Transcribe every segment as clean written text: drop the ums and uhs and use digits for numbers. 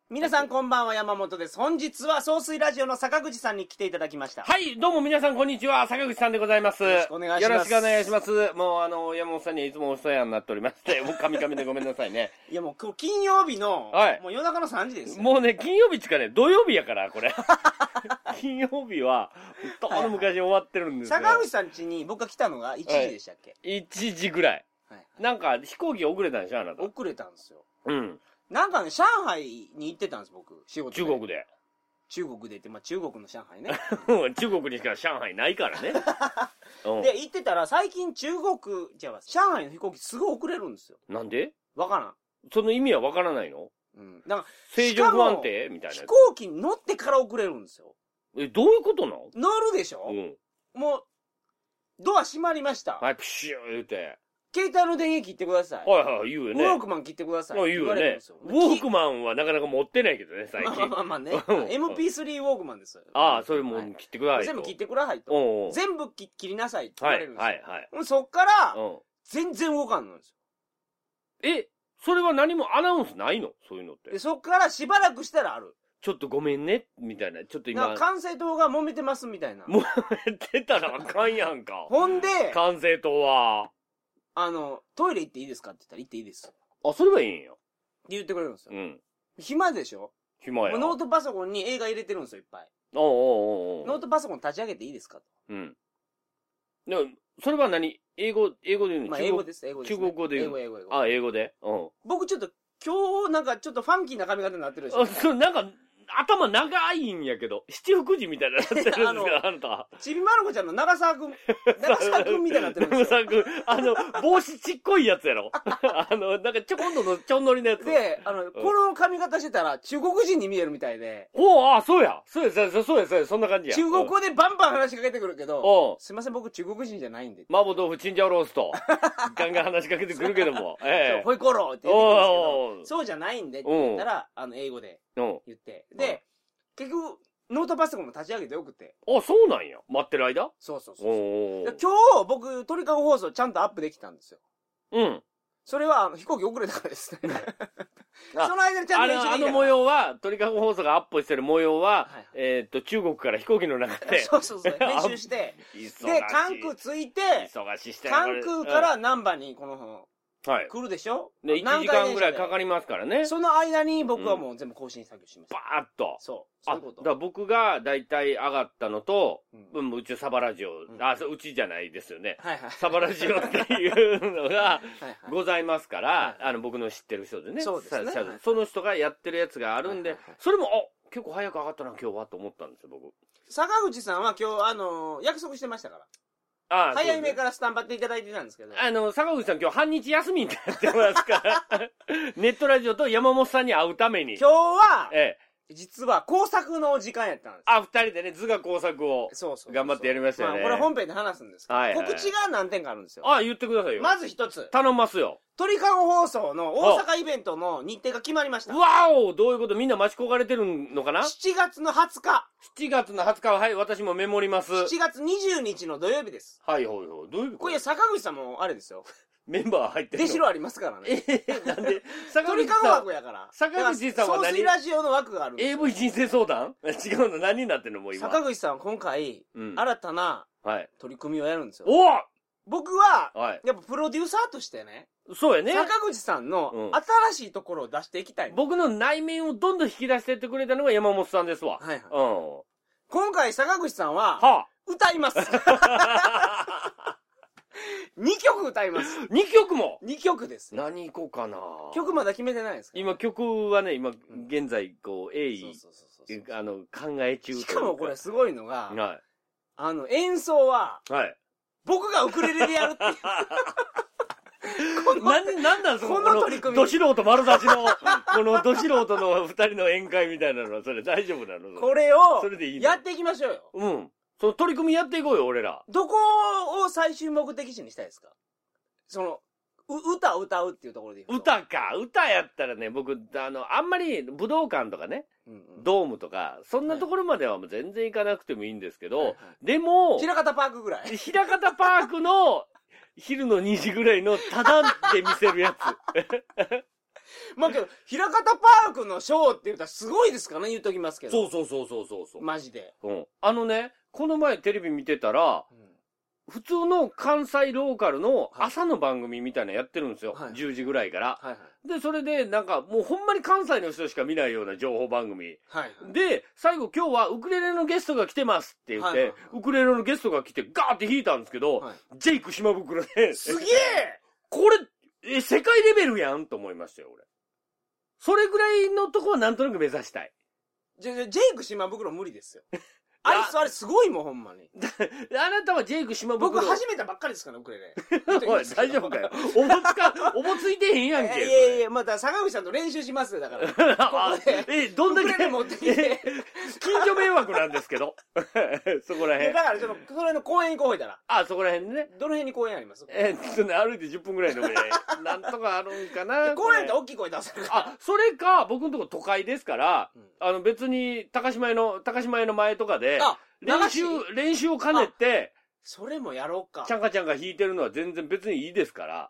皆さんこんばんは、山本です。本日は総水ラジオの坂口さんに来ていただきました。 はい、どうも皆さんこんにちは、坂口さんでございます。 よろしくお願いします。 よろしくお願いします。もう山本さんにはいつもお世話になっておりまして、もうカミカミでごめんなさいね。 いやもう今日金曜日の、 はい、 もう夜中の3時ですよ。 もうね、金曜日つかね、土曜日やから、これ。金曜日は、との昔終わってるんですよ。 坂口さん家に僕が来たのが1時でしたっけ？ はい、1時ぐらい。はい、なんか飛行機遅れたんでしょ、あなた。 遅れたんですよ。 うん。 なんかね、上海に行ってたんです、僕。仕事で。 中国で。 中国でって、まあ中国の上海ね。 中国にしか上海ないからね。 で、行ってたら最近上海の飛行機すごい遅れるんですよ。 なんで？ わからん。 その意味はわからないの？ うん。だから、 正常不安定みたいな。 飛行機に乗ってから遅れるんですよ。 どういうことなの？ 乗るでしょ？うん。もう、ドア閉まりました。 はい、プシュー言うて。 携帯の電源切ってください。 はいはい、言うよね。 ウォークマン切ってください。 言うよね。ウォークマンはなかなか持ってないけどね、最近。 まあね。MP3 ウォークマンです。 ああ、それも切ってくださいと。 全部切ってくださいと。全部切りなさいって言われるんですよ。はいはい。そっから、全然動かんのですよ。それは何もアナウンスないの？そういうのって。 そっからしばらくしたらある。 ちょっとごめんね、みたいな。ちょっと今。 管制塔が揉めてますみたいな。 揉めてたらあかんやんか。 ほんで、 管制塔は。 トイレ行っていいですかって言ったら行っていいです。 あ、それはいいんや。って言ってくれるんですよ。 うん。 暇でしょ？ 暇や。 ノートパソコンに映画入れてるんですよ、いっぱい。ノートパソコン立ち上げていいですかと。 うん。でも、それは何？英語で言うの？ まあ、英語です、英語です。 中国語で言うの？ 英語。 あ、英語で。うん。 僕ちょっと、今日なんかちょっとファンキーな髪型になってるでしょ。 そう、なんか、頭長いんやけど、七福神みたいになってるんですよ、あなた。 ちびまる子ちゃんの長沢くんみたいになってるんですよ。 長沢くん、帽子ちっこいやつやろ。なんかちょこんどのちょんのりのやつ。 で、この髪型してたら中国人に見えるみたいで。 そうや、そんな感じや。 中国語でバンバン話しかけてくるけど、すいません、僕中国人じゃないんで。 麻婆豆腐、チンジャオロースト。ガンガン話しかけてくるけども。 ホイコロって言ってくるんですけど、そうじゃないんでって言ったら、英語で言って。で、結局、ノートパソコンも立ち上げてよくて。 あ、そうなんや。待ってる間？ そう。今日、僕、鳥かご放送ちゃんとアップできたんですよ。 うん。 それは、飛行機遅れたからですね。その間にちゃんと練習できたから。 模様は、鳥かご放送がアップしてる模様は、中国から飛行機の中で。 そう。練習して。で、関空着いて、関空から難波に、来るでしょ？ で、1時間ぐらいかかりますからね。 その間に僕はもう全部更新作業しました。 バーッと。 そういうこと。 だから僕が大体上がったのと、うちサバラジオ、うちじゃないですよね。サバラジオっていうのがございますから、僕の知ってる人でね。 そうですね。 その人がやってるやつがあるんで、それも、結構早く上がったな今日はと思ったんですよ、僕。 坂口さんは今日、約束してましたから。早い目からスタンバっていただいてたんですけど。 坂口さん今日半日休みになってますから。ネットラジオと山本さんに会うために。 今日は、実は工作の時間やったんです。 二人でね、図画工作を。頑張ってやりましたよね。 これ本編で話すんですけど。告知が何点かあるんですよ。 言ってくださいよ。 まず一つ。 頼んますよ。 鳥かご放送の大阪イベントの日程が決まりました。 わお！どういうこと？みんな待ち焦がれてるのかな？ 7 月の20日。 7月の20日は、はい、私もメモります。 7月20日の土曜日です。 はい。どういうこと？ これ坂口さんもあれですよ。 メンバー入ってるの？ 出しろありますからね。 なんで鳥かご枠やから。 坂口さんは何？ 総水ラジオの枠があるんですよ。 AV 人生相談？違うの？何になってんのもう今。 坂口さんは今回、新たな取り組みをやるんですよ。僕は、やっぱプロデューサーとしてね。 そうやね。 坂口さんの新しいところを出していきたい。 僕の内面をどんどん引き出していってくれたのが山本さんですわ。 今回坂口さんは、歌います。2曲歌います。 2曲も ?2 曲です。 何行こうかな。 曲まだ決めてないですか？ 今曲はね、現在、鋭意、考え中。 しかもこれすごいのが、演奏は、僕がウクレレでやるっていう。 なんなんその、 この取り組み。 ど素人丸出しの、このど素人の二人の宴会みたいなのは、それ大丈夫なの？ これを、やっていきましょうよ。 うん。その取り組みやっていこうよ、俺ら。 どこを最終目的地にしたいですか？歌を歌うっていうところで言うと。 歌やったらね、僕、あんまり武道館とかね、ドームとか、そんなところまでは全然行かなくてもいいんですけど、でも、 枚方パークぐらい。 枚方パークの、昼の2時ぐらいのタダで見せるやつ。 まあけど、平方パークのショーって言ったらすごいですからね、言っときますけど。 そう。 マジで。 この前テレビ見てたら、普通の関西ローカルの朝の番組みたいなのやってるんですよ。10時ぐらいから。で、それでなんかもうほんまに関西の人しか見ないような情報番組。で、最後今日はウクレレのゲストが来てますって言って、ウクレレのゲストが来てガーって弾いたんですけど、ジェイク島袋で。 すげえこれ、世界レベルやんと思いましたよ、俺。それぐらいのとこはなんとなく目指したい。 ジェイク島袋無理ですよ。あれすごいもん、ほんまに。 あなたはジェイク島袋。 僕始めたばっかりですからね、ウクレレ。 おい、大丈夫かよ。おぼついてへんやんけ。 いや、また坂口さんと練習しますよ、だから。 どんだけ。 ウクレレ持ってきて。 近所迷惑なんですけど。そこらへん。 だからちょっと、それの公園行こういたら。 あ、そこらへんね。 どの辺に公園あります？ 歩いて10分ぐらいの上。なんとかあるんかな。 公園って大きい声出せるから。 あ、それか、僕のとこ都会ですから、別に、高島屋の前とかで、練習を兼ねて、 それもやろうか。 ちゃんか弾いてるのは全然別にいいですから。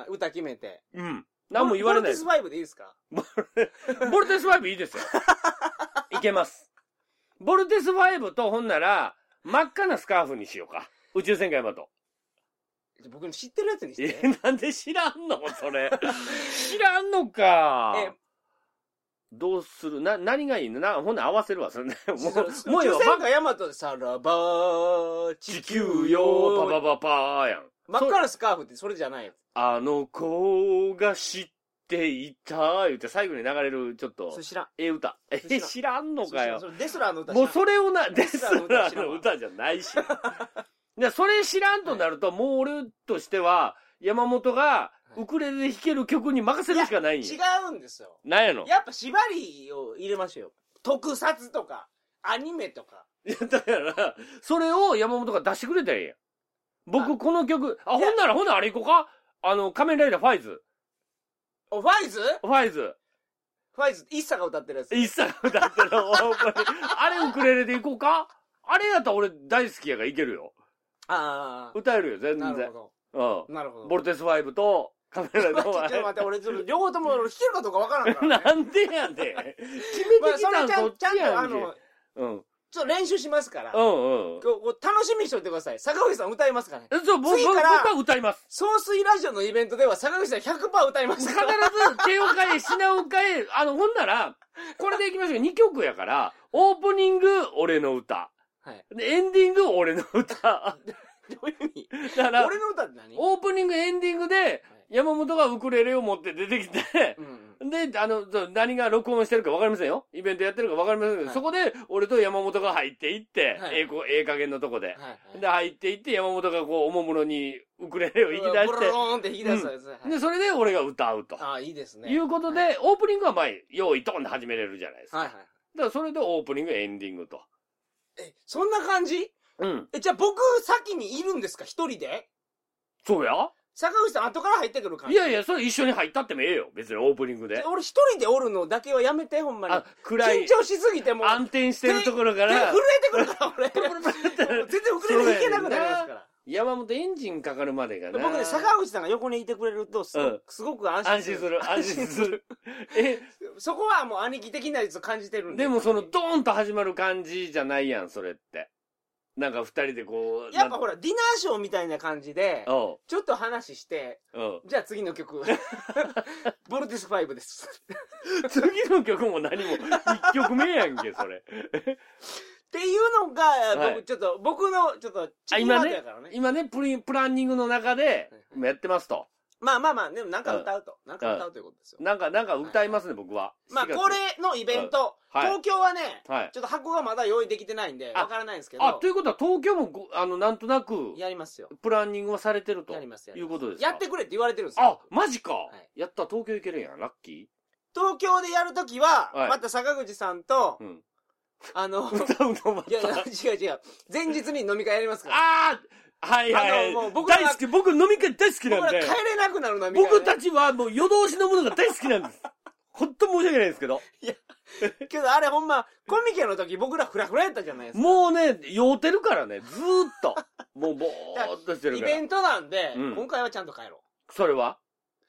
歌決めて。 何も言われない。 ボルテス5でいいですか？ ボルテス5いいですよ。いけます。ボルテス5とほんなら、真っ赤なスカーフにしようか。宇宙戦艦ヤマト。 僕の知ってるやつにして。 なんで知らんのそれ。知らんのか。どうする何がいいのほんで合わせるわ、それね。 もう宇宙戦艦ヤマトでさらばー、 地球よパパパパーやん。 真っ赤なスカーフってそれじゃないよ。 あの子が知っていた言って最後に流れるちょっと。 知らん。 歌。知らんのかよ。 デスラーの歌もうそれをデスラーの歌じゃないし。それ知らんとなると、もう俺としては、山本が、ウクレレで弾ける曲に任せるしかないんよ。 違うんですよ。 なんやの？ やっぱ縛りを入れましょうよ。特撮とか、アニメとか。 だから、それを山本が出してくれたらいいやん。僕この曲、ほんならあれ行こうか？仮面ライダーファイズ。 ファイズ、イッサが歌ってるやつ。 イッサが歌ってる。あれウクレレで行こうか？あれやったら俺大好きやからいけるよ。歌えるよ、全然。 なるほど。 なるほど。 ボルテス5と、カメラの。 ちょっと待って、俺両方とも弾けるかどうかわからんから。 なんでやねん。決めてきたんそっちやんけ。 ちょっと練習しますから。楽しみにしといてください。坂口さん歌いますからね。 僕は歌います。 総水ラジオのイベントでは坂口さん 100% 歌いますから。 必ず手を変え、品を変え、ほんなら、これでいきましょう。2曲やから、オープニング、俺の歌。エンディング、俺の歌。 どういう意味？だから、俺の歌って何？ オープニング、エンディングで、山本がウクレレを持って出てきて、で、何が録音してるか分かりませんよ。イベントやってるか分かりませんけど、そこで、俺と山本が入っていって、加減のとこで。で、入っていって、山本がこう、おもむろにウクレレを弾き出して、 ブローンって弾き出すやつ。 で、それで俺が歌うと。 いいですね。 いうことで、オープニングは用意ドンで始めれるじゃないですか。だからそれでオープニング、エンディングと。 そんな感じ？じゃあ僕先にいるんですか？一人で？ そうや。 坂口さん後から入ってくる感じ？ いやいや、それ一緒に入ったってもええよ。別にオープニングで。 俺一人でおるのだけはやめて、ほんまに。 暗い。 緊張しすぎても。 暗転してるところから。 手震えてくるから、俺。全然ウクレレ弾けなくなりますから。 山本エンジンかかるまでがね。 僕ね、坂口さんが横にいてくれると、すごく安心する。 安心する。 そこはもう兄貴的なやつを感じてるんで。 でもドーンと始まる感じじゃないやん、それって。なんか二人でこう。 やっぱほら、ディナーショーみたいな感じで、ちょっと話して、じゃあ次の曲。ボルテス5です。 次の曲も何も、1曲目やんけ、それ。 っていうのが、僕の、ちょっと、 今ね、プランニングの中で、やってますと。 まあ、でもなんか歌うと。なんか歌うということですよ。 なんか歌いますね、僕は。 まあ、これのイベント、東京はね、ちょっと箱がまだ用意できてないんで、わからないんですけど。 ということは東京も、なんとなく、 やりますよ。 プランニングはされてると。 やります。 いうことですか。 やってくれって言われてるんですよ。 マジか。やった、東京行けるやん、ラッキー。 東京でやるときは、また坂口さんと、 歌うのまた。 いや、違う。前日に飲み会やりますから。 はい。大好き。僕飲み会大好きなんで。 僕ら帰れなくなる飲み会。僕たちはもう夜通しのものが大好きなんです。ほんと申し訳ないですけど。 いや、けどあれほんま、コミケの時僕らフラフラやったじゃないですか。 もうね、酔うてるからね、ずーっと。もうぼーっとしてるから。 イベントなんで、今回はちゃんと帰ろう。それは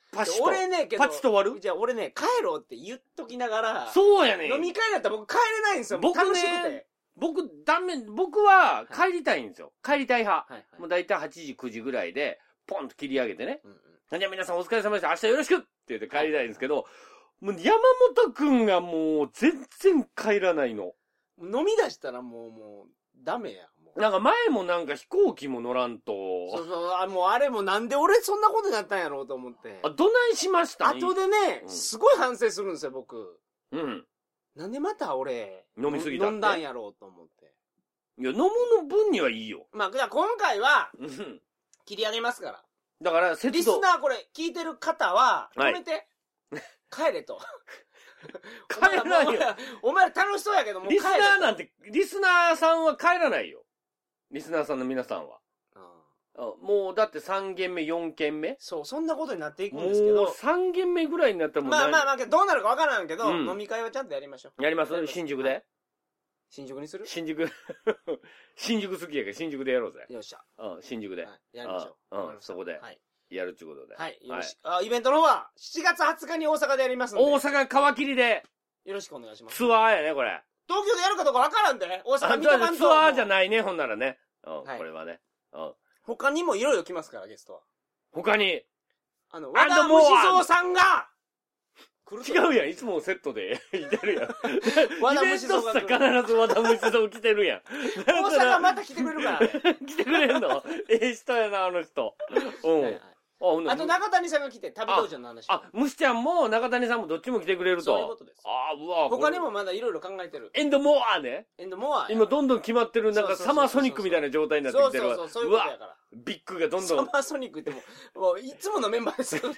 パチッと。 俺ね、けど。 パチッと終わる？ じゃあ俺ね、帰ろうって言っときながら。 そうやねん。 飲み会だったら僕帰れないんですよ。僕ね、楽しくて。 僕は帰りたいんですよ。帰りたい派。 はいはい、 もうだいたい8時、9時ぐらいで、ポンと切り上げてね。じゃあ皆さんお疲れ様でした。明日よろしくって言って帰りたいんですけど、もう山本くんがもう全然帰らないの。 飲み出したらもうダメや。 なんか前もなんか飛行機も乗らんと。 そう、もうあれもなんで俺そんなことになったんやろうと思って。 どないしました後でね、すごい反省するんですよ、僕。 うん。 なんでまた俺、 飲みすぎた飲んだんやろうと思って。 いや、飲むの分にはいいよ。 まあ、じゃあ今回は、切り上げますから。 だから、 リスナーこれ聞いてる方は、止めて。帰れと。 帰らないよ。 お前ら楽しそうやけどもう帰れと。 リスナーさんは帰らないよ。リスナーさんの皆さんは。もうだって3軒目、4軒目そう、そんなことになっていくんですけど。 もう3軒目ぐらいになったらもうまあ、どうなるかわからんけど、飲み会はちゃんとやりましょう。 やります新宿で新宿にする新宿好きやけど、新宿でやろうぜ。 よっしゃ。 新宿で。 やりましょう。そこで。やるっちゅうことで。 はい。よろしく。イベントの方は、7月20日に大阪でやりますので。 大阪皮切りで。 よろしくお願いします。 ツアーやね、これ。 東京でやるかどうかわからんで。大阪見とかんと。 ツアーじゃないね、ほんならね。これはね。 他にもいろいろ来ますから、ゲストは。 他に。 和田虫蔵さんが、 違うやん、いつもセットでいてるやん。和田虫蔵が必ず和田虫蔵来てるやん。 大阪また来てくれるから。 来てくれんの人やな、あの人。 あと中谷さんが来て、旅道場の話。 虫ちゃんも中谷さんもどっちも来てくれると。 そういうことです。 うわ。 他にもまだいろいろ考えてる。 エンドモアね。 エンドモア。 今どんどん決まってる、なんかサマーソニックみたいな状態になってきてる。 そういうことやから。 ビッグがどんどん。 サマーソニックってもういつものメンバーですよ。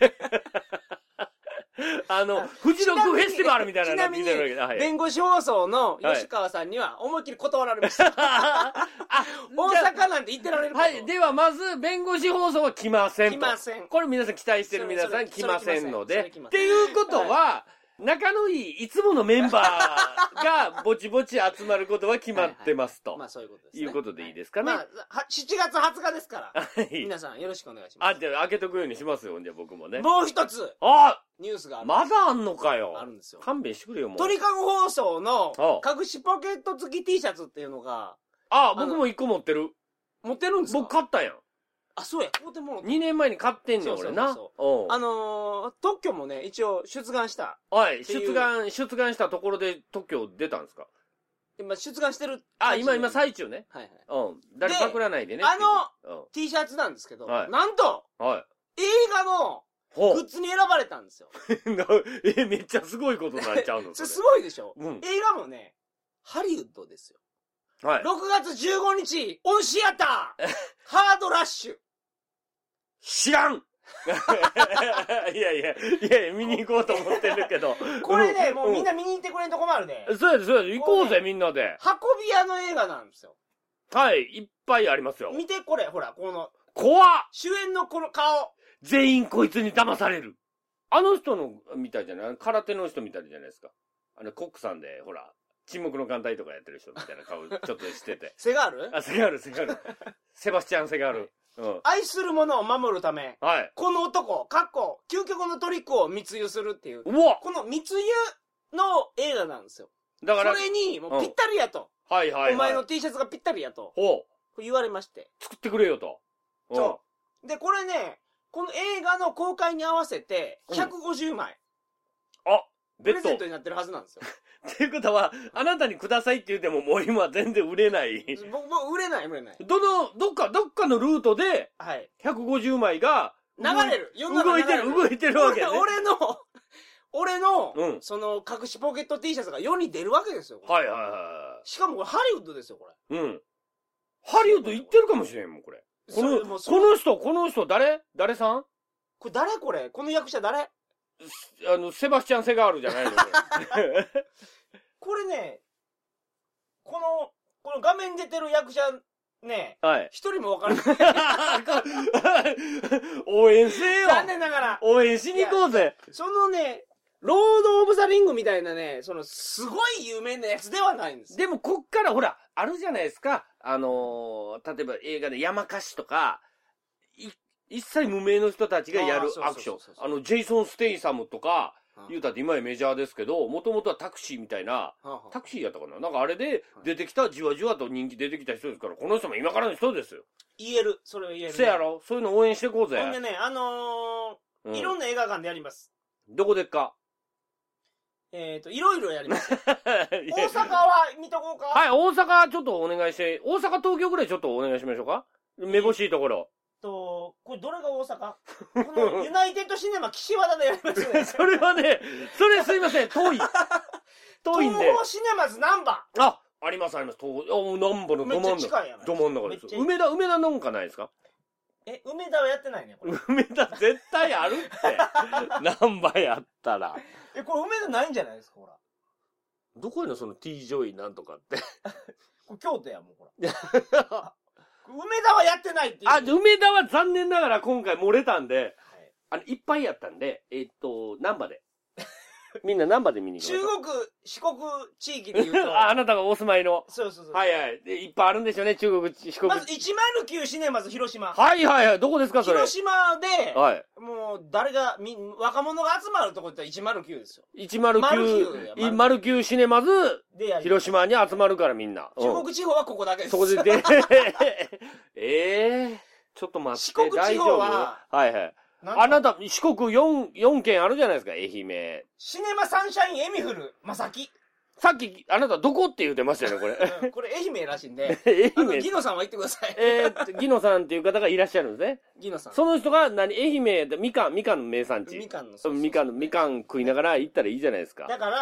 フジロックフェスティバルみたいなのが来てるわけだ。 弁護士放送の吉川さんには思いっきり断られました。大阪なんて行ってられるか。 はい。では、まず、弁護士放送は来ませんと。 来ません。 これ皆さん期待してる皆さん来ませんので。っていうことは、仲のいいいつものメンバーがぼちぼち集まることは決まってますと。 まあそういうことですいうことでいいですかね。 まあ、7月20日ですから。皆さんよろしくお願いします。 じゃあ開けとくようにしますよ、じゃあ僕もね。 もう一つニュースがある。 まだあんのかよ。 あるんですよ。 勘弁してくれよ、もう。 鳥かご放送の隠しポケット付き T シャツっていうのが。 僕も1個持ってる。 持ってるんですか？ 僕買ったやん。 そうや。2 年前に買ってんねん、俺な。 特許もね、一応出願した。 はい。出願したところで特許出たんですか？ 今、出願してる。 今最中ね。 はい。 誰パクらないでね。 T シャツなんですけど、なんと映画のグッズに選ばれたんですよ。 めっちゃすごいことになっちゃうの？ それすごいでしょ？映画もね、ハリウッドですよ。6月15日、オンシアターハードラッシュ知らんいや、見に行こうと思ってるけど。 これね、もうみんな見に行ってくれんと困るで。 そうや、行こうぜ、みんなで。 運び屋の映画なんですよ。 はい、いっぱいありますよ。 見て、これ、ほら、この。 怖っ！ 主演のこの顔。 全員こいつに騙される。あの人のみたいじゃない？空手の人みたいじゃないですか。コックさんで、ほら。沈黙の艦隊とかやってる人みたいな顔ちょっとしてて。 セガール？ セガール。セバスチャン・セガール。 愛する者を守るため、この男、究極のトリックを密輸するっていう。この密輸の映画なんですよ。だから。それに、もうぴったりやと。お前の T シャツがぴったりやと。言われまして。 作ってくれよと。 そう。で、これね、この映画の公開に合わせて、150枚。プレゼントになってるはずなんですよ。 っていうことは、あなたにくださいって言ってももう今全然売れない。 僕、売れない。 どっかのルートで、150枚が、 流れる。 動いてるわけね。 俺の、その、隠しポケット T シャツが世に出るわけですよ。しかもこれハリウッドですよ、これ。ハリウッド行ってるかもしれんもん、これ。この人、誰さん？ これ誰これ？この役者誰？ セバスチャン・セガールじゃないのこれね、この画面出てる役者ね、一人もわからない。 応援せよ。 残念ながら。 応援しに行こうぜ。 そのね、ロード・オブ・ザ・リングみたいなね、すごい有名なやつではないんです。 でも、こっからほら、あるじゃないですか。例えば映画で山歌手とか、 一切無名の人たちがやるアクション。ジェイソン・ステイサムとか、言うたって今やメジャーですけど、もともとはタクシーみたいな、タクシーやったかな、なんかあれで出てきた、じわじわと人気出てきた人ですから、この人も今からの人ですよ。 言える。それを言える。 せやろ、そういうの応援していこうぜ。 ほんでね、いろんな映画館でやります。 どこでっか？ いろいろやります。大阪は見とこうか。 はい、大阪ちょっとお願いして、大阪東京ぐらいちょっとお願いしましょうか。めぼしいところ。 これどれが大阪？このユナイテッドシネマ岸和田でやりますね。 それはね、それすいません、遠い。遠いんで。 東宝シネマズ難波。 あります、あります。難波のど真ん中。めっちゃ近いやん。ど真ん中です。梅田なんかないですか？ 梅田はやってないね、これ。 梅田絶対あるって。難波やったら。 これ梅田ないんじゃないですか、ほら。 どこやのその T ジョイなんとかって。 これ京都やもん、ほら。梅田はやってないっていう。 梅田は残念ながら今回漏れたんで、いっぱいやったんで、難波で。みんな難波で見に行きましょう。 中国、四国地域で言うと。 あなたがお住まいの。 そうそうそう。 はいはい。で、いっぱいあるんでしょうね、中国、四国。 まず109シネマズ広島。 はいはいはい。どこですか、それ。 広島で、 はい。 もう、若者が集まるとこ行ったら109ですよ。 109シネマズ、広島に集まるからみんな。 中国地方はここだけです。 そこで、ちょっと待って。 四国地方は、 はいはい。あなた、四国4県あるじゃないですか、愛媛。 シネマサンシャインエミフル、まさき。 さっき、あなたどこって言ってましたよね、これ。 これ愛媛らしいんで。 愛媛。 ギノさんは言ってください。 ギノさんっていう方がいらっしゃるんですね。 ギノさん。 その人が愛媛でみかんの名産地。みかん食いながら行ったらいいじゃないですか。 だから、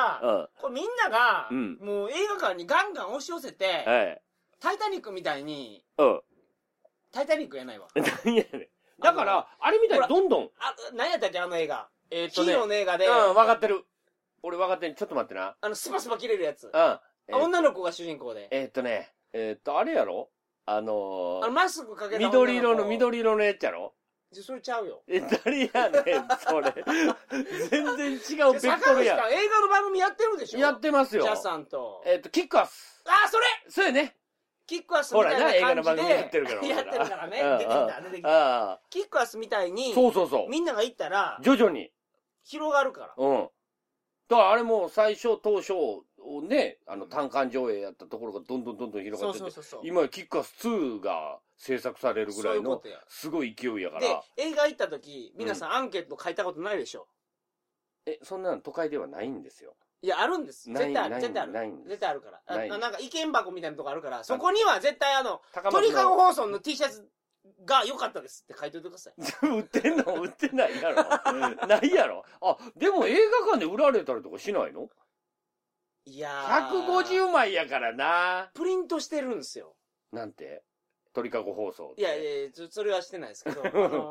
これみんなが、もう映画館にガンガン押し寄せて、タイタニックみたいに、タイタニックやないわ。 何やねん。だから、あれみたいにどんどん。 何やったっけ、あの映画。ヒーローの映画で。 分かってる。俺分かってる。ちょっと待ってな。 スパスパ切れるやつ。女の子が主人公で。 あれやろマスクかけた緑色のやつやろそれちゃうよ。 誰やねん、それ。全然違うベクトルやん。 映画の番組やってるでしょ？ やってますよ。 ジャさんと。 キックアス。 それそうやね。 キックアスみたいな感じで。 映画の番組やってるから。 やってるからね。出てきた。キックアスみたいに、みんなが行ったら、 徐々に。 広がるから。 だからあれも最初、当初をね、単館上映やったところがどんどん広がってて、今キックアス2が制作されるぐらいの、すごい勢いやから。 で、映画行った時、皆さんアンケート書いたことないでしょ？ そんなの都会ではないんですよ。 いや、あるんです。絶対ある。絶対あるから。なんか意見箱みたいなとこあるから、そこには絶対鳥かご放送の T シャツが良かったですって書いておいてください。 売ってんの？売ってないやろ。ないやろ。でも映画館で売られたりとかしないの？ いやー。150枚やからな。 プリントしてるんですよ。 なんて？鳥かご放送。 いや、それはしてないですけど、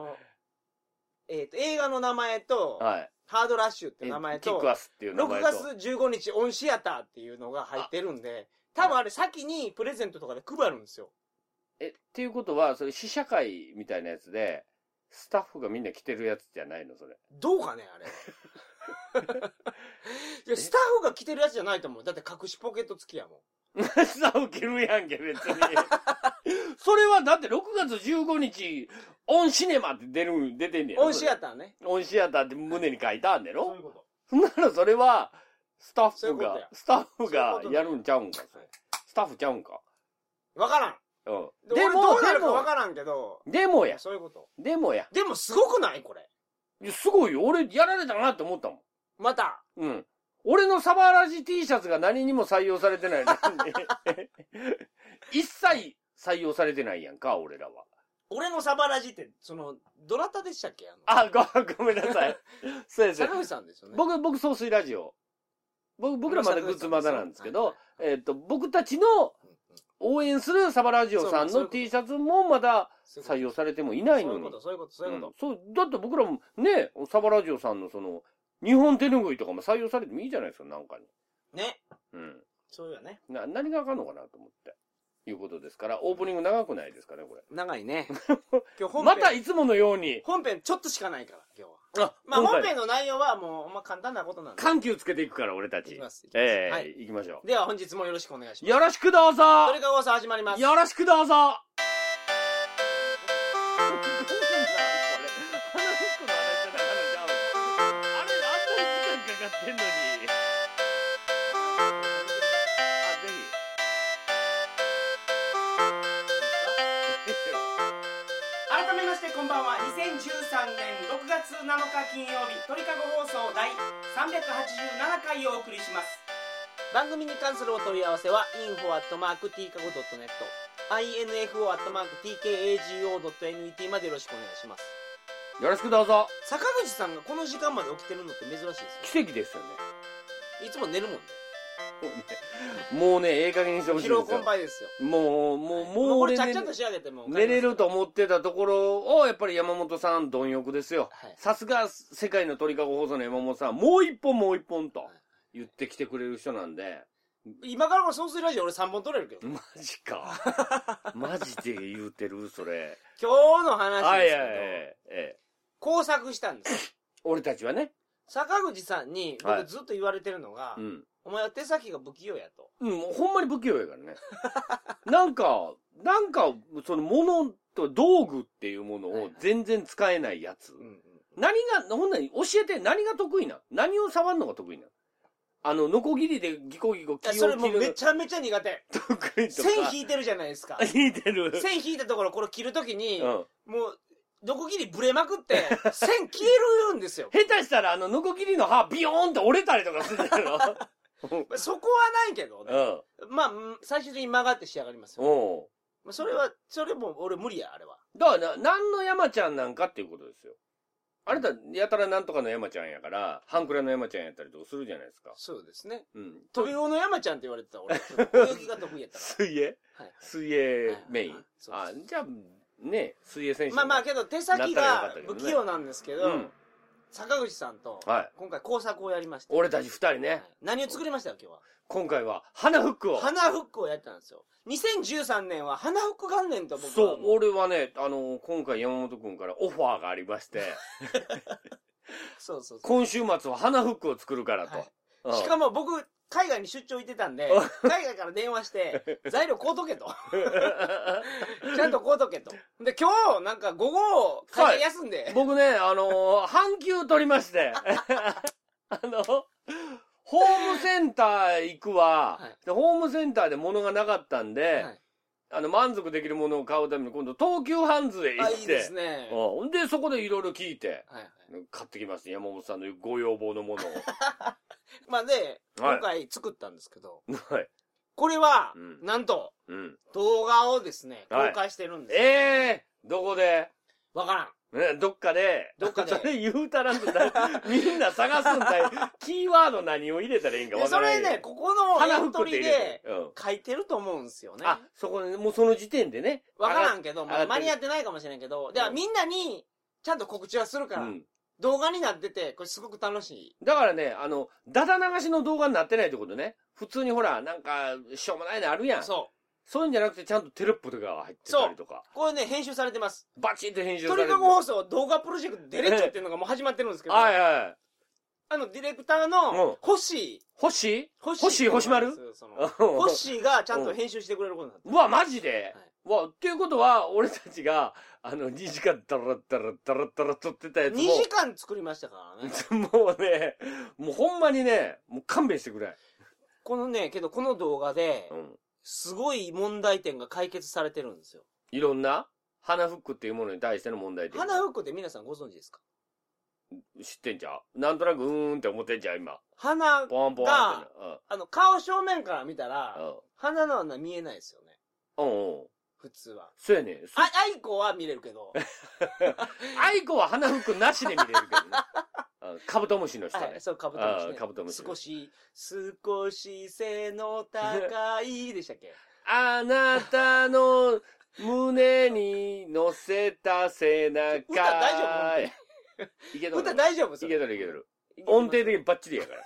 映画の名前と、ハードラッシュって名前と、 キックアスっていう名前と、 6月15日オンシアターっていうのが入ってるんで、多分あれ先にプレゼントとかで配るんですよ。 っていうことは、それ試写会みたいなやつで、スタッフがみんな来てるやつじゃないのそれ。 どうかねあれ。いや、スタッフが着てるやつじゃないと思う。だって隠しポケット付きやもん。 スタッフ着るやんけ、別に。それはだって6月15日、オンシネマって出てんねやろ。 オンシアターね。 オンシアターって胸に書いてあんねやろ。 そういうこと。 そんなのそれは、スタッフがやるんちゃうんか。スタッフちゃうんか。 わからん。 でも、 どうなるかわからんけど。 でもや。 そういうこと。 でもや。 でもすごくないこれ。 いや、すごいよ。俺、やられたなって思ったもん。 また。 俺のサバラジ T シャツが何にも採用されてない。一切採用されてないやんか、俺らは。 俺のサバラジって、どなたでしたっけごめんなさい。そうです。 坂口さんですよね。 僕、総水ラジオ。僕らまだグッズまだなんですけど、僕たちの応援するサバラジオさんの T シャツもまだ採用されてもいないのに。 そういうこと。 だって僕らもね、サバラジオさんの日本手ぬぐいとかも採用されてもいいじゃないですか、なんかに。 ね。そうよね。 何があかんのかなと思って。いうことですから、オープニング長くないですかね、これ。 長いね。 今日またいつものように。 本編ちょっとしかないから、今日は。本編の内容はもう、簡単なことなんで。 緩急つけていくから、俺たち。 いきます。 行きましょう。 では本日もよろしくお願いします。 よろしくどうぞ。 鳥かご放送始まります。 よろしくどうぞ。 月7日金曜日、鳥かご放送第387回をお送りします。番組に関するお問い合わせは info@tkago.net info@tkago.net までよろしくお願いします。 よろしくどうぞ。 坂口さんがこの時間まで起きてるのって珍しいですよ。 奇跡ですよね。 いつも寝るもんね。 もうね、ええ加減にしてほしいですよ。 疲労困憊ですよ。 もうこれちゃっちゃと仕上げても寝れると思ってたところを、やっぱり山本さん貪欲ですよ。さすが世界の鳥かご放送の山本さん、もう一本と言ってきてくれる人なんで。 今からこの総水ラジオ俺3本撮れるけど。 マジか。マジで言うてるそれ。 今日の話ですけど、工作したんです。 俺たちはね。 坂口さんに僕ずっと言われてるのが、お前は手先が不器用やと。 ほんまに不器用やからね。なんか、その物と道具っていうものを全然使えないやつ。ほんなに教えて何が得意な？何を触るのが得意な？ノコギリでギコギコ木を切る。それもうめちゃめちゃ苦手。 得意とか。 線引いてるじゃないですか。 引いてる。 線引いたところこれ切るときに、もう、ノコギリブレまくって、線消えるんですよ。 下手したらノコギリの刃ビヨーンって折れたりとかするんだよ。 そこはないけどね。まあ、最終的に曲がって仕上がりますよ。それも俺無理や、あれは。 だから何の山ちゃんなんかっていうことですよ。あれだ、やたらなんとかの山ちゃんやから、ハンクラの山ちゃんやったりとかするじゃないですか。 そうですね。飛び魚の山ちゃんって言われてた俺、泳ぎが得意やったから。 水泳メイン。じゃあ、ね、水泳選手。 まあけど手先が不器用なんですけど、坂口さんと、今回工作をやりました。 俺たち2人ね。 何を作りましたよ、今日は。 今回は、花フックを。 花フックをやったんですよ。2013年は花フック元年と僕は。 そう、俺はね、今回山本くんからオファーがありまして。 そう。 今週末は花フックを作るからと。 しかも僕、海外に出張行ってたんで、海外から電話して、材料買うとけと。ちゃんと買うとけと。で、今日、なんか午後、会社休んで。 僕ね、半休取りまして。ホームセンター行くわ。ホームセンターで物がなかったんで、満足できるものを買うために今度東急ハンズへ行って。 いいですね。 で、そこでいろいろ聞いて、買ってきました。山本さんのご要望のものを。 まあで、今回作ったんですけど、これは、なんと、動画をですね、公開してるんです。 どこで？ わからん。 どっかで。それ言うたらんとみんな探すんだよ。キーワード何を入れたらいいんかわからない。 それね、ここのエントリーで書いてると思うんですよね。 そこで、もうその時点でね。 わからんけど、間に合ってないかもしれんけど、ではみんなにちゃんと告知はするから。動画になってて、これすごく楽しい。 だからね、ダダ流しの動画になってないってことね。普通にほら、なんか、しょうもないのあるやん。そういうんじゃなくて、ちゃんとテロップとかが入ってたりとか。 これね、編集されてます。 バチンと編集されてる。 鳥かご放送動画プロジェクトディレクトっていうのがもう始まってるんですけど。ディレクターの、星丸ホッシーがちゃんと編集してくれることになってる。 うわ、マジでっていうことは、俺たちが、2時間ダラ撮ってたやつも。 2時間作りましたからね。もうね、もうほんまにね、もう勘弁してくれ。 この動画で、すごい問題点が解決されてるんですよ。 いろんな花フックっていうものに対しての問題点。 花フックって皆さんご存知ですか？ 知ってんじゃん？なんとなくって思ってんじゃん、今。 花が、顔正面から見たら、花の穴見えないですよね。普通は。 そうやね。 アイコは見れるけど。 アイコは花フックなしで見れるけどね。カブトムシの人ね。 そう、カブトムシ。少し背の高いでしたっけ？ あなたの胸に乗せた背中。 歌大丈夫？歌大丈夫？ いけとる。音程的にバッチリやから。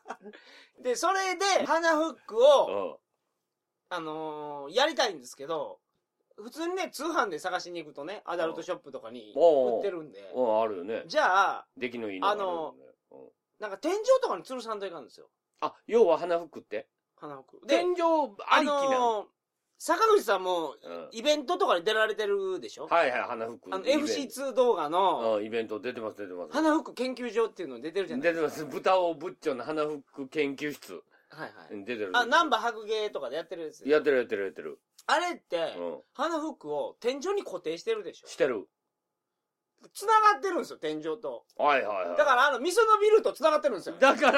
で、それで、花フックを、やりたいんですけど、普通にね、通販で探しに行くとね、アダルトショップとかに売ってるんで。 あるよね。 じゃあ、 出来のいいのなんか天井とかに吊るさんといかんですよ。 要は花フックって？ 花フック。 天井ありきな坂口さんも、イベントとかに出られてるでしょ？ 花フック。 FC2 動画の、 イベント出てます。 花フック研究所っていうの出てるじゃないですか。 出てます。豚尾ブッチョの花フック研究室。出てる。 ナンバ白芸とかでやってるやつ。 やってる。 あれって、花フックを天井に固定してるでしょ？ してる。 繋がってるんですよ、天井と。 はいはいはい。 だから味噌のビルと繋がってるんですよ。 だから、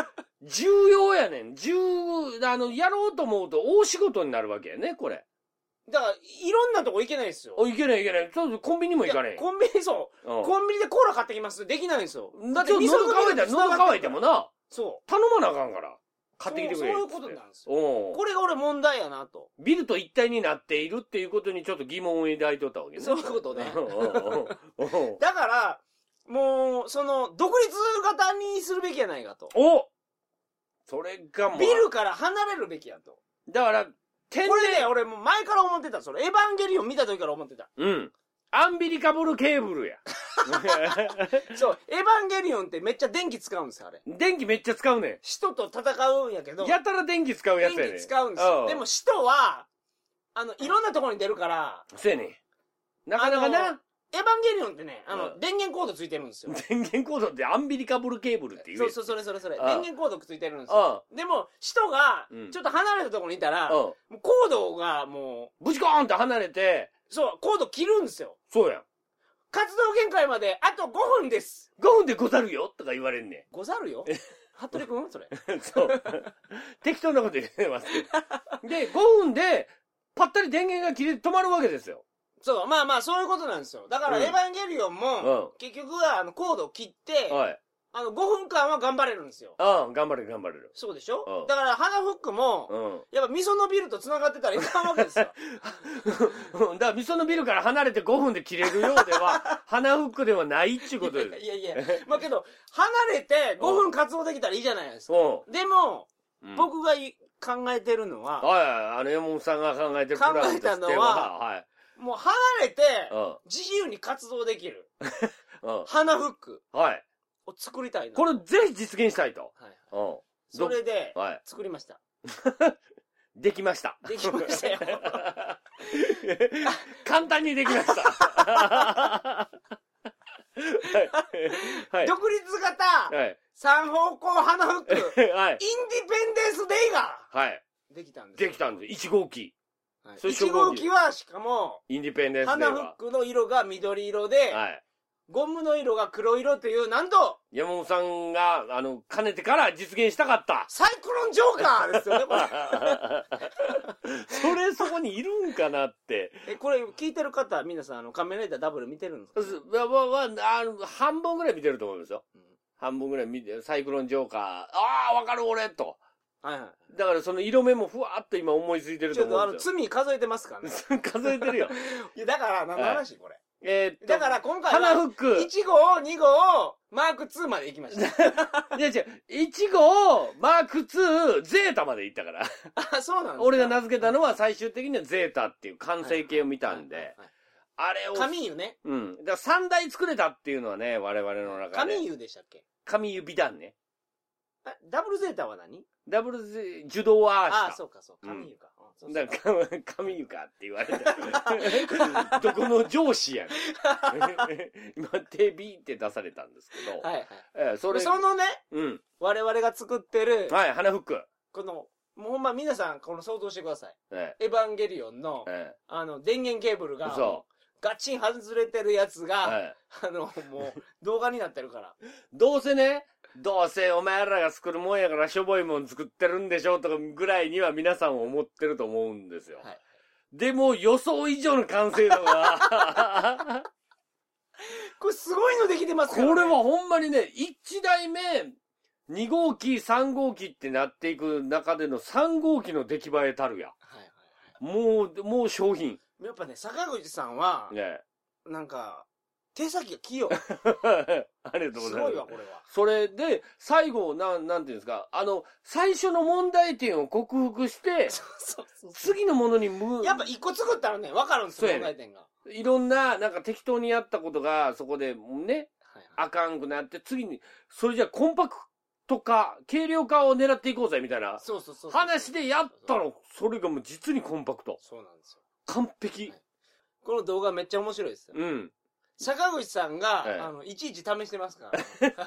重要やねん。やろうと思うと大仕事になるわけやね、これ。 だから、いろんなとこ行けないですよ。 行けない。そう、コンビニも行かない。 コンビニ、そう。コンビニでコーラ買ってきます。できないんですよ。 だって味噌のビルと喉乾いてもな。 そう。 頼まなあかんから。買ってきてくれ。 そういうことなんですよ。これが俺問題やなと。 ビルと一体になっているっていうことにちょっと疑問を抱いとったわけね。 そういうことね。だから、もう、独立型にするべきやないかと。 それがもう。 ビルから離れるべきやと。 だから、 これね、俺もう前から思ってた。エヴァンゲリオン見た時から思ってた。 うん。アンビリカブルケーブルや。 そう、エヴァンゲリオンってめっちゃ電気使うんですよ、あれ。 電気めっちゃ使うねん。 使徒と戦うんやけど。 やたら電気使うやつやねん。 電気使うんですよ。でも使徒は、いろんなところに出るから。 そうやねん。なかなかな。 エヴァンゲリオンってね、電源コードついてるんですよ。 電源コードってアンビリカブルケーブルって言う。 そう、それ。電源コードついてるんですよ。でも、使徒が、ちょっと離れたところにいたら、コードがもう、ブチコーンって離れて、 そう、コード切るんですよ。 そうやん。 活動限界まであと5分です。 5分でござるよとか言われんねん。 ござるよ服部くんそれ。 そう。適当なこと言ってますけど。で、5分で、ぱったり電源が切れて止まるわけですよ。 そう、まあそういうことなんですよ。だから、エヴァンゲリオンも、結局は、コードを切って、5分間は頑張れるんですよ。 頑張れる。 そうでしょだから、花フックも、やっぱ味噌のビルと繋がってたらいかんわけですよ。 だから味噌のビルから離れて5分で切れるようでは、花フックではないっていうことです。 いや。まあけど、離れて5分活動できたらいいじゃないですか。でも、僕が考えてるのは、 山本さんが考えてるプランとしては、 考えたのは、もう離れて、自由に活動できる。花フック。を作りたいな。 これぜひ実現したいと。 それで、作りました。 できました。 できましたよ。 簡単にできました。 独立型、三方向花フック、インディペンデンスデイが、できたんです。 できたんです。1号機。 1号機は、しかも、 インディペンデンスデイは。 花フックの色が緑色で、ゴムの色が黒色という、なんと山本さんが、かねてから実現したかった。 サイクロンジョーカーですよね、これ。そこにいるんかなって。 これ聞いてる方、皆さん、仮面ライダーダブル見てるんですか？ 半分ぐらい見てると思いますよ。半分ぐらい見て、サイクロンジョーカー、わかる俺と。だからその色目もふわっと今思いついてると思うんですよ。 ちょっと罪数えてますからね。 数えてるよ。 だから、何の話これ。だから今回は、花フック。 1号、2号、マーク2まで行きました。 いや違う、1号、マーク2、ゼータまで行ったから。 そうなんですか？ 俺が名付けたのは最終的にはゼータっていう完成形を見たんで、あれを。 神湯ね。 だから3台作れたっていうのはね、我々の中で。 神湯でしたっけ？ 神湯美談ね。 ダブルゼータは何？ ダブルゼ、受動はああ、そうか。神湯か。 だから、神湯かって言われた。どこの上司やねん。今、手ビーって出されたんですけど。 そのね、我々が作ってる、 花フック。 この、もうほんま皆さん、この想像してください。エヴァンゲリオンの、電源ケーブルが、ガチン外れてるやつが、もう、動画になってるから。 どうせお前らが作るもんやからしょぼいもん作ってるんでしょとかぐらいには皆さん思ってると思うんですよ。でも予想以上の完成度が。 これすごいのできてますからね。 これはほんまにね、1台目、2号機、3号機ってなっていく中での3号機の出来栄えたるや。もう商品。 やっぱね、坂口さんは、なんか、手先が器用。 ありがとうございます。 すごいわ、これは。 それで、最後、なんていうんですか、最初の問題点を克服して、次のものにやっぱ一個作ったらね、わかるんですよ、問題点が。 いろんな、なんか適当にやったことが、そこでね、あかんくなって、次に、それじゃコンパクト化、軽量化を狙っていこうぜ、みたいな話でやったの。それがもう実にコンパクト。 そうなんですよ。 完璧。 この動画めっちゃ面白いですよ。坂口さんが、いちいち試してますから。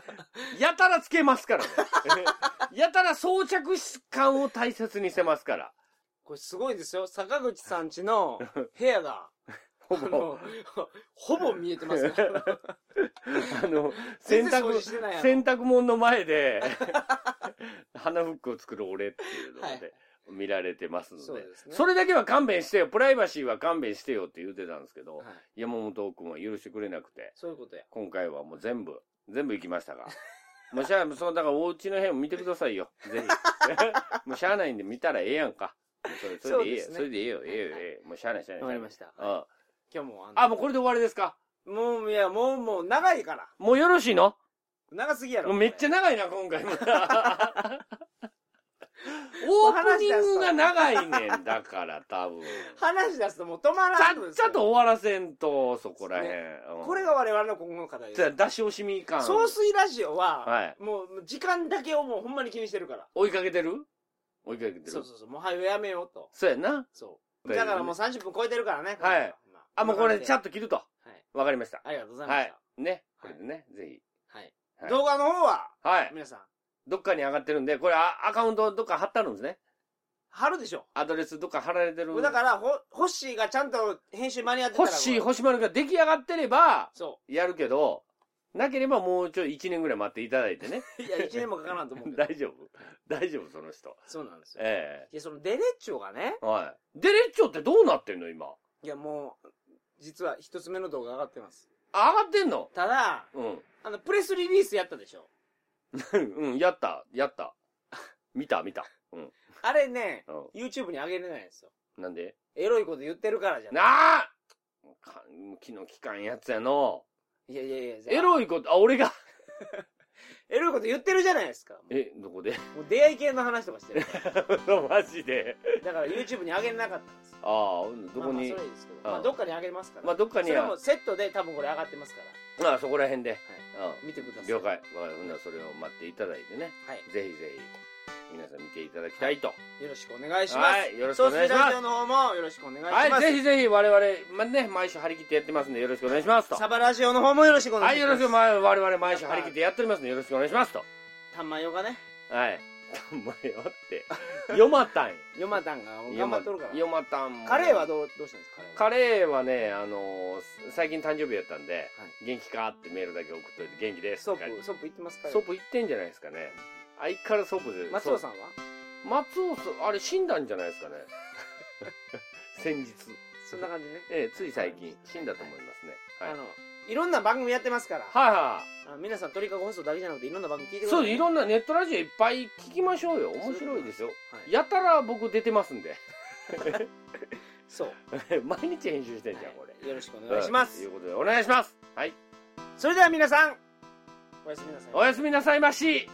やたらつけますからね。やたら装着感を大切にしてますから。 これすごいですよ。坂口さんちの部屋が、 ほぼ見えてますから。 洗濯物の前で、花フックを作る俺っていうので、見られてますので、それだけは勘弁してよ、プライバシーは勘弁してよって言ってたんですけど、山本君は許してくれなくて、 そういうことや。 今回はもう全部行きましたが。もうだからお家の部屋も見てくださいよ。ぜひ。もうしゃあないんで見たらええやんか。それでいいよ。それでいいよ。もうしゃあない。 わかりました。今日ももうこれで終わりですか？ もう長いから。 もうよろしいの？ 長すぎやろ。 もうめっちゃ長いな、今回も。オープニングが長いねん、だから多分。 話し出すともう止まらんのですよ。 ちゃんと終わらせんと、そこらへん。 これが我々の今後の課題です。 出し惜しみ感。 総水ラジオは、もう時間だけをもうほんまに気にしてるから。 追いかけてる。 そう。もう早くやめようと。 そうやな。 そう。だからもう30分超えてるからね。 はい。もうこれチャット切ると。はい。わかりました。 ありがとうございました。 ね。これでね、ぜひ。 はい。動画の方は、皆さん。 どっかに上がってるんで、これアカウントどっか貼ってあるんですね。 貼るでしょ。 アドレスどっか貼られてる。 だから、ホッシーがちゃんと編集間に合ってたら。 星丸が出来上がってれば、やるけど、なければもうちょい1年ぐらい待っていただいてね。 いや、1年もかからんと思う。 大丈夫、その人。 そうなんですよ。いや、そのデレッチョがね。 はい。デレッチョってどうなってんの、今。 いや、もう、実は一つ目の動画上がってます。 上がってんの？ ただ、プレスリリースやったでしょ。 やった。見た。 あれね、YouTube に上げれないんですよ。 なんで？ エロいこと言ってるからじゃなあ！気の利かんやつやの。 いや。 エロいこと、俺が。 エロいこと言ってるじゃないですか。 どこで？ もう出会い系の話とかしてる。 マジで。 だから YouTube に上げれなかったんです。 どこに？ それいいですけど。どっかに上げますから。 どっかに。 それもセットで多分これ上がってますから。そこら辺で。 見てください。 了解。ほんならそれを待っていただいてね。ぜひ。皆さん見ていただきたいと。 よろしくお願いします。 はい、よろしくお願いします。 ラジオの方もよろしくお願いします。 はい、ぜひ我々、ね、毎週張り切ってやってますんでよろしくお願いしますと。 サバラジオの方もよろしくお願いします。 はい、よろしく、我々毎週張り切ってやっておりますんでよろしくお願いしますと。 たんまよがね。 はい。たんまよって。ヨマタンが頑張っとるから。 ヨマタンも。 カレーはどうしたんですか？ カレーはね、最近誕生日やったんで、元気かってメールだけ送っといて元気です。 ソープ行ってますか？ ソープ行ってんじゃないですかね。相変わらずソープで。 松尾さんは？ 松尾さん、あれ死んだんじゃないですかね。先日。 そんな感じね。 つい最近死んだと思いますね。 いろんな番組やってますから。皆さん鳥かご放送だけじゃなくていろんな番組聞いてください。 そう、いろんなネットラジオいっぱい聞きましょうよ。面白いですよ。やたら僕出てますんで。 そう。 毎日編集してんじゃん、これ。 よろしくお願いします。 ということでお願いします。はい。 それでは皆さん、おやすみなさい。 おやすみなさいまし。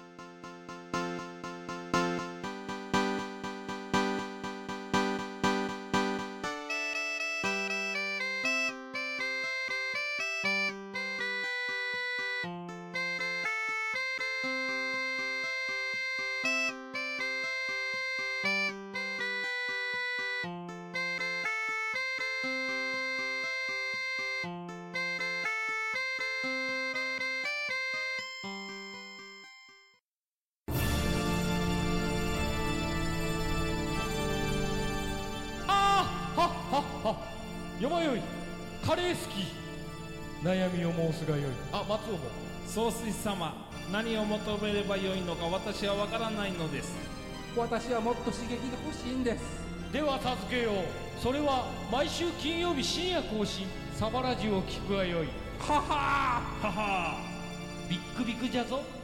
よまよいカレー好き悩みを申すがよい。松尾も。 総帥様、何を求めればよいのか私は分からないのです。 私はもっと刺激が欲しいんです。では助けよう。それは毎週金曜日深夜更新サバラジュを聞くがよい。ははーははービックビックじゃぞ。